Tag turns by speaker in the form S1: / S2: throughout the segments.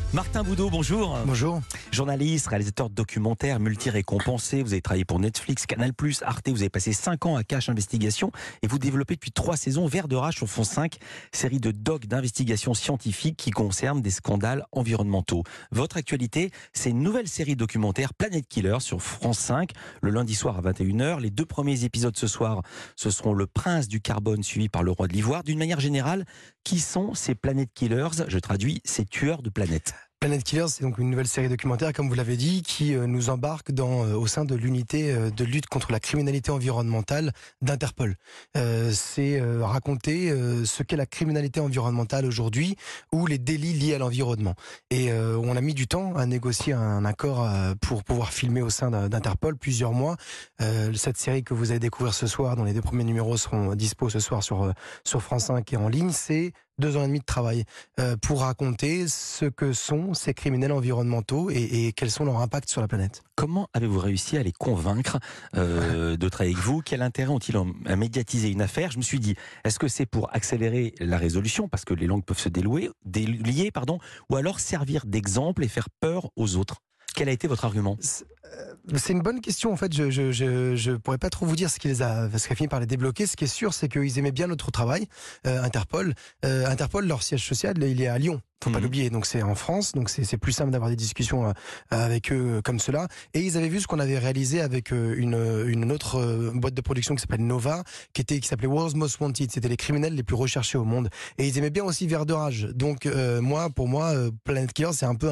S1: Martin Boudot, bonjour.
S2: Bonjour.
S1: Journaliste, réalisateur de documentaires, multi-récompensé. Vous avez travaillé pour Netflix, Canal+, Arte. Vous avez passé 5 ans à Cache Investigation et vous développez depuis 3 saisons Vert de Rage sur Fond 5, série de docs d'investigation scientifique qui concerne des scandales environnementaux. Votre actualité, c'est une nouvelle série documentaire Planet Killer sur France 5, le lundi soir à 21h. Les 2 premiers épisodes ce soir, ce seront Le Prince du Carbone suivi par Le Roi de l'Ivoire. D'une manière générale, qui sont ces Planet Killers? Je traduis, ces tueurs de planètes.
S2: Planet Killers, c'est donc une nouvelle série documentaire, comme vous l'avez dit, qui nous embarque au sein de l'unité de lutte contre la criminalité environnementale d'Interpol. C'est raconter ce qu'est la criminalité environnementale aujourd'hui ou les délits liés à l'environnement. Et on a mis du temps à négocier un accord pour pouvoir filmer au sein d'Interpol, plusieurs mois. Cette série que vous allez découvrir ce soir, dont les 2 premiers numéros seront dispo ce soir sur France 5 et en ligne, c'est 2 ans et demi de travail pour raconter ce que sont ces criminels environnementaux et quels sont leurs impacts sur la planète.
S1: Comment avez-vous réussi à les convaincre de travailler avec vous? Quel intérêt ont-ils à médiatiser une affaire? Je me suis dit, est-ce que c'est pour accélérer la résolution, parce que les langues peuvent se délier, ou alors servir d'exemple et faire peur aux autres? Quel a été votre argument?
S2: C'est une bonne question. En fait, je pourrais pas trop vous dire ce qui a fini par les débloquer. Ce qui est sûr, c'est qu'ils aimaient bien notre travail. Interpol, leur siège social, il est à Lyon. Faut pas l'oublier. Donc c'est en France, donc c'est plus simple d'avoir des discussions avec eux comme cela. Et ils avaient vu ce qu'on avait réalisé avec une autre boîte de production qui s'appelle Nova, qui s'appelait World's Most Wanted. C'était les criminels les plus recherchés au monde. Et ils aimaient bien aussi Vert de Rage. Donc pour moi, Planet Killer, c'est un peu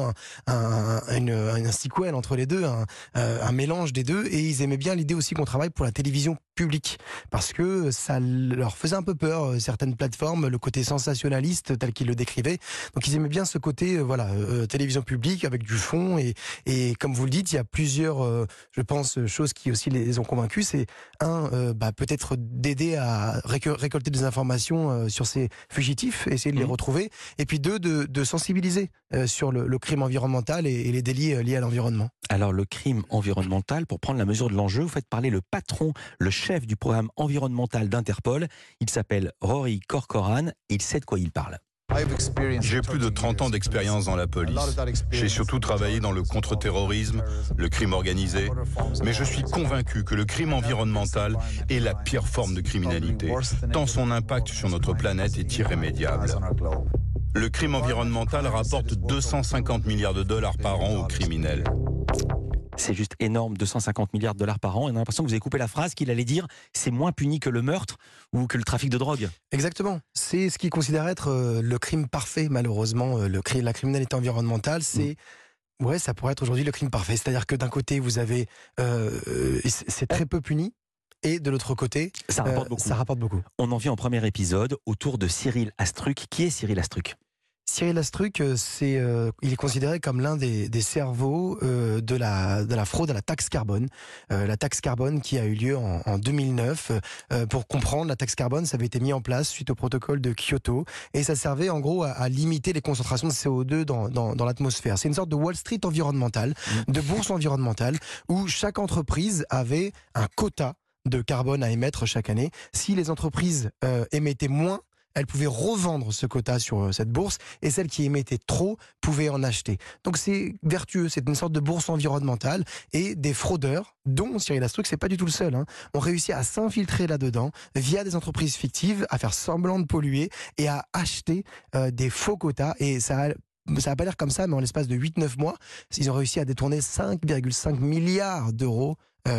S2: un sequel entre les deux, un mélange des deux. Et ils aimaient bien l'idée aussi qu'on travaille pour la télévision publique, parce que ça leur faisait un peu peur, certaines plateformes, le côté sensationnaliste tel qu'ils le décrivaient. Donc ils aimaient bien ce côté télévision publique avec du fond, et comme vous le dites, il y a plusieurs je pense choses qui aussi les ont convaincus. C'est peut-être d'aider à récolter des informations sur ces fugitifs, essayer de les retrouver, et puis 2, de sensibiliser sur le crime environnemental et les délits liés à l'environnement.
S1: Alors le crime environnemental, pour prendre la mesure de l'enjeu, vous faites parler le patron, le chef du programme environnemental d'Interpol. Il s'appelle Rory Corcoran et il sait de quoi il parle.
S3: J'ai plus de 30 ans d'expérience dans la police. J'ai surtout travaillé dans le contre-terrorisme, le crime organisé, mais je suis convaincu que le crime environnemental est la pire forme de criminalité, tant son impact sur notre planète est irrémédiable. Le crime environnemental rapporte 250 milliards de dollars par an aux criminels.
S1: C'est juste énorme, 250 milliards de dollars par an. Et on a l'impression que vous avez coupé la phrase qu'il allait dire c'est moins puni que le meurtre ou que le trafic de drogue.
S2: Exactement. C'est ce qu'ils considèrent être le crime parfait, malheureusement. La criminalité environnementale, ouais, ça pourrait être aujourd'hui le crime parfait. C'est-à-dire que d'un côté, vous avez c'est très peu puni. Et de l'autre côté, ça rapporte beaucoup.
S1: On en vient au premier épisode autour de Cyril Astruc. Qui est Cyril Astruc ?
S2: Cyril Astruc, il est considéré comme l'un des cerveaux de la fraude à la taxe carbone. La taxe carbone qui a eu lieu en 2009. Pour comprendre, la taxe carbone, ça avait été mis en place suite au protocole de Kyoto. Et ça servait en gros à limiter les concentrations de CO2 dans l'atmosphère. C'est une sorte de Wall Street environnementale, de bourse environnementale, où chaque entreprise avait un quota de carbone à émettre chaque année. Si les entreprises émettaient moins, elles pouvaient revendre ce quota sur cette bourse, et celles qui émettaient trop pouvaient en acheter. Donc c'est vertueux, c'est une sorte de bourse environnementale, et des fraudeurs, dont Cyril Astruc, c'est pas du tout le seul, ont réussi à s'infiltrer là-dedans via des entreprises fictives, à faire semblant de polluer et à acheter des faux quotas, et ça n'a pas l'air comme ça, mais en l'espace de 8-9 mois, ils ont réussi à détourner 5,5 milliards d'euros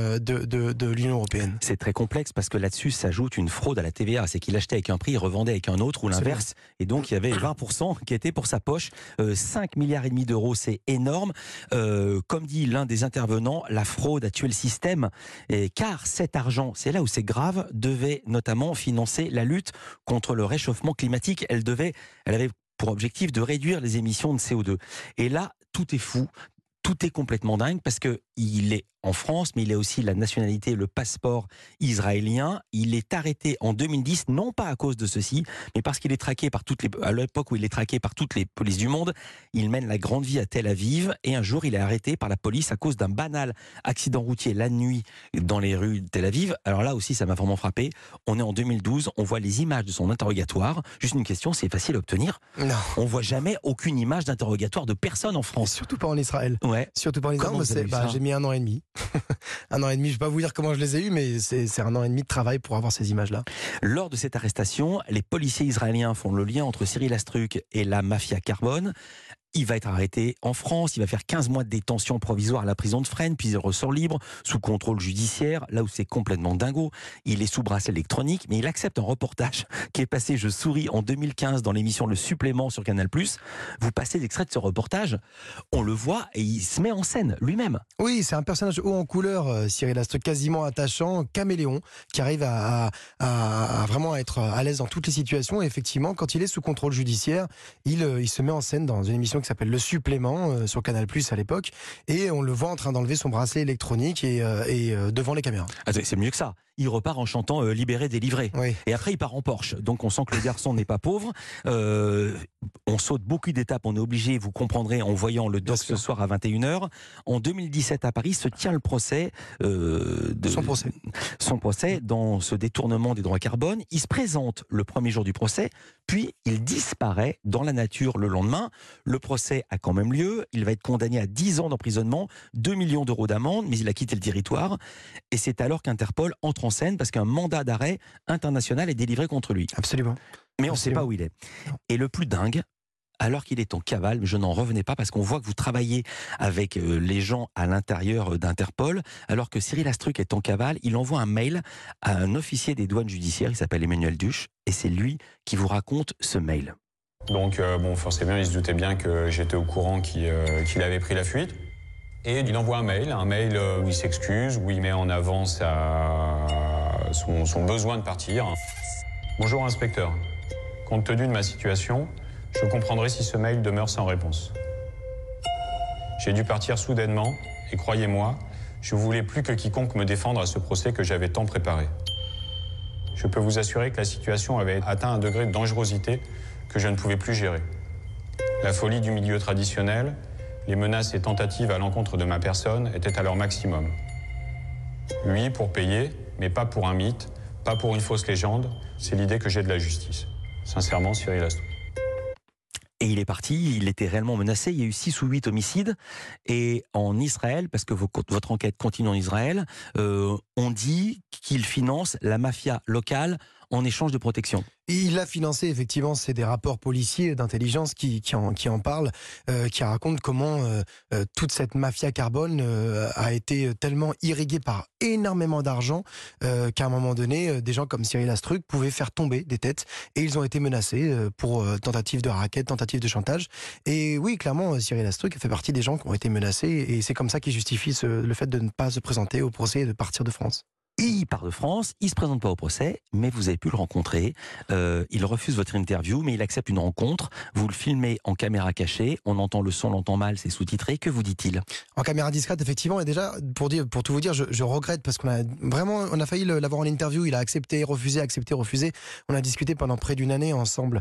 S2: de l'Union européenne.
S1: C'est très complexe parce que là-dessus s'ajoute une fraude à la TVA. C'est qu'il achetait avec un prix, il revendait avec un autre ou l'inverse. Et donc il y avait 20% qui était pour sa poche. 5 milliards et demi d'euros, c'est énorme. Comme dit l'un des intervenants, la fraude a tué le système. Car cet argent, c'est là où c'est grave, devait notamment financer la lutte contre le réchauffement climatique. Elle avait pour objectif de réduire les émissions de CO2. Et là, tout est fou. Tout est complètement dingue parce qu'il est en France, mais il a aussi la nationalité, le passeport israélien. Il est arrêté en 2010, non pas à cause de ceci, mais parce qu'il est traqué par à l'époque où il est traqué par toutes les polices du monde. Il mène la grande vie à Tel Aviv et un jour il est arrêté par la police à cause d'un banal accident routier la nuit dans les rues de Tel Aviv. Alors là aussi, ça m'a vraiment frappé. On est en 2012, on voit les images de son interrogatoire. Juste une question, c'est facile à obtenir?
S2: Non.
S1: On voit jamais aucune image d'interrogatoire de personne en France.
S2: Surtout pas en Israël.
S1: Ouais.
S2: Surtout pas en Israël. J'ai mis 1 an et demi. 1 an et demi, je ne vais pas vous dire comment je les ai eus, mais c'est 1 an et demi de travail pour avoir ces images-là.
S1: Lors de cette arrestation, les policiers israéliens font le lien entre Cyril Astruc et la mafia Carbone. Il va être arrêté en France, il va faire 15 mois de détention provisoire à la prison de Fresnes, puis il ressort libre, sous contrôle judiciaire, là où c'est complètement dingo. Il est sous bracelet électronique, mais il accepte un reportage qui est passé, je souris, en 2015 dans l'émission Le Supplément sur Canal+. Vous passez l'extrait de ce reportage, on le voit et il se met en scène lui-même.
S2: Oui, c'est un personnage haut en couleur, Cyril Astruc, quasiment attachant, caméléon, qui arrive à vraiment être à l'aise dans toutes les situations. Et effectivement, quand il est sous contrôle judiciaire, il se met en scène dans une émission qui s'appelle Le Supplément sur Canal+ à l'époque, et on le voit en train d'enlever son bracelet électronique et devant les caméras.
S1: C'est mieux que ça. Il repart en chantant Libéré, délivré.
S2: Oui.
S1: Et après, il part en Porsche. Donc, on sent que le garçon n'est pas pauvre. On saute beaucoup d'étapes. On est obligé, vous comprendrez, en voyant le doc ce soir à 21h. En 2017, à Paris, se tient le procès. Son procès dans ce détournement des droits carbone. Il se présente le premier jour du procès, puis il disparaît dans la nature le lendemain. Le procès a quand même lieu. Il va être condamné à 10 ans d'emprisonnement, 2 millions d'euros d'amende, mais il a quitté le territoire. Et c'est alors qu'Interpol entre en scène parce qu'un mandat d'arrêt international est délivré contre lui.
S2: Absolument.
S1: Mais on ne sait pas où il est. Non. Et le plus dingue, alors qu'il est en cavale, je n'en revenais pas parce qu'on voit que vous travaillez avec les gens à l'intérieur d'Interpol. Alors que Cyril Astruc est en cavale, il envoie un mail à un officier des douanes judiciaires, il s'appelle Emmanuel Duche, et c'est lui qui vous raconte ce mail.
S4: Donc forcément, il se doutait bien que j'étais au courant qu'il avait pris la fuite. Et il envoie un mail où il s'excuse, où il met en avant son besoin de partir. Bonjour inspecteur, compte tenu de ma situation, je comprendrai si ce mail demeure sans réponse. J'ai dû partir soudainement et croyez-moi, je voulais plus que quiconque me défendre à ce procès que j'avais tant préparé. Je peux vous assurer que la situation avait atteint un degré de dangerosité que je ne pouvais plus gérer. La folie du milieu traditionnel, les menaces et tentatives à l'encontre de ma personne étaient à leur maximum. Oui, pour payer, mais pas pour un mythe, pas pour une fausse légende. C'est l'idée que j'ai de la justice. Sincèrement, Cyril Astruc.
S1: Et il est parti, il était réellement menacé. Il y a eu 6 ou 8 homicides. Et en Israël, parce que votre enquête continue en Israël, on dit qu'il finance la mafia locale en échange de protection.
S2: Il l'a financé, effectivement, c'est des rapports policiers d'intelligence qui en parlent, qui racontent comment toute cette mafia carbone a été tellement irriguée par énormément d'argent qu'à un moment donné, des gens comme Cyril Astruc pouvaient faire tomber des têtes et ils ont été menacés pour tentative de racket, tentative de chantage. Et oui, clairement, Cyril Astruc fait partie des gens qui ont été menacés et c'est comme ça qu'il justifie le fait de ne pas se présenter au procès et de partir de France.
S1: Il part de France, il se présente pas au procès, mais vous avez pu le rencontrer. Il refuse votre interview, mais il accepte une rencontre. Vous le filmez en caméra cachée, on entend le son, on l'entend mal, c'est sous-titré. Que vous dit-il?
S2: En caméra discrète, effectivement. Et déjà, pour tout vous dire, je regrette parce qu'on a failli l'avoir en interview. Il a accepté, refusé, accepté, refusé. On a discuté pendant près d'1 année ensemble.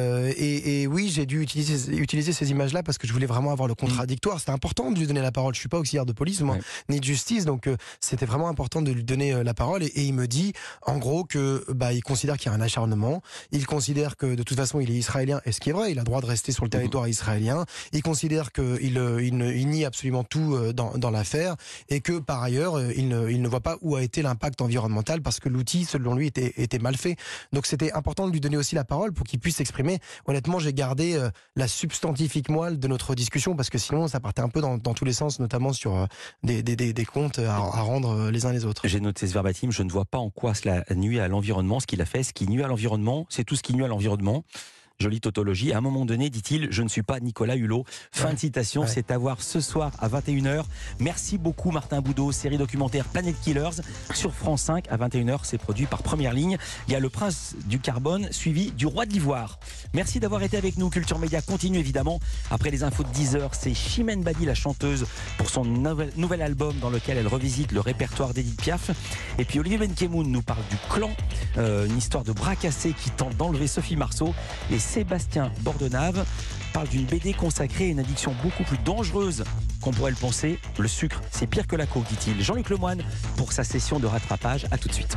S2: Et oui, j'ai dû utiliser ces images-là parce que je voulais vraiment avoir le contradictoire. C'était important de lui donner la parole. Je suis pas auxiliaire de police, moi, ni de justice, donc c'était vraiment important de lui donner la parole et il me dit en gros que il considère qu'il y a un acharnement, il considère que de toute façon il est israélien, et ce qui est vrai, il a le droit de rester sur le territoire israélien, il considère qu'il nie absolument tout dans l'affaire et que par ailleurs il ne voit pas où a été l'impact environnemental parce que l'outil selon lui était mal fait. Donc c'était important de lui donner aussi la parole pour qu'il puisse s'exprimer. Honnêtement, j'ai gardé la substantifique moelle de notre discussion parce que sinon ça partait un peu dans tous les sens, notamment sur des comptes à rendre les uns les autres.
S1: J'ai noté ce verbatim, je ne vois pas en quoi cela nuit à l'environnement, ce qu'il a fait. Ce qui nuit à l'environnement, c'est tout ce qui nuit à l'environnement. Jolie tautologie. À un moment donné, dit-il, je ne suis pas Nicolas Hulot. Fin de citation, c'est à voir ce soir à 21h. Merci beaucoup Martin Boudot, série documentaire Planet Killers sur France 5 à 21h. C'est produit par Première Ligne. Il y a le Prince du Carbone suivi du Roi de l'Ivoire. Merci d'avoir été avec nous. Culture Média continue évidemment. Après les infos de 10h, c'est Chimène Badi, la chanteuse, pour son nouvel album dans lequel elle revisite le répertoire d'Edith Piaf. Et puis Olivier Benkemoun nous parle du Clan, une histoire de bras cassés qui tente d'enlever Sophie Marceau. Et Sébastien Bordenave parle d'une BD consacrée à une addiction beaucoup plus dangereuse qu'on pourrait le penser. Le sucre, c'est pire que la coke, dit-il. Jean-Luc Lemoyne pour sa session de rattrapage. À tout de suite.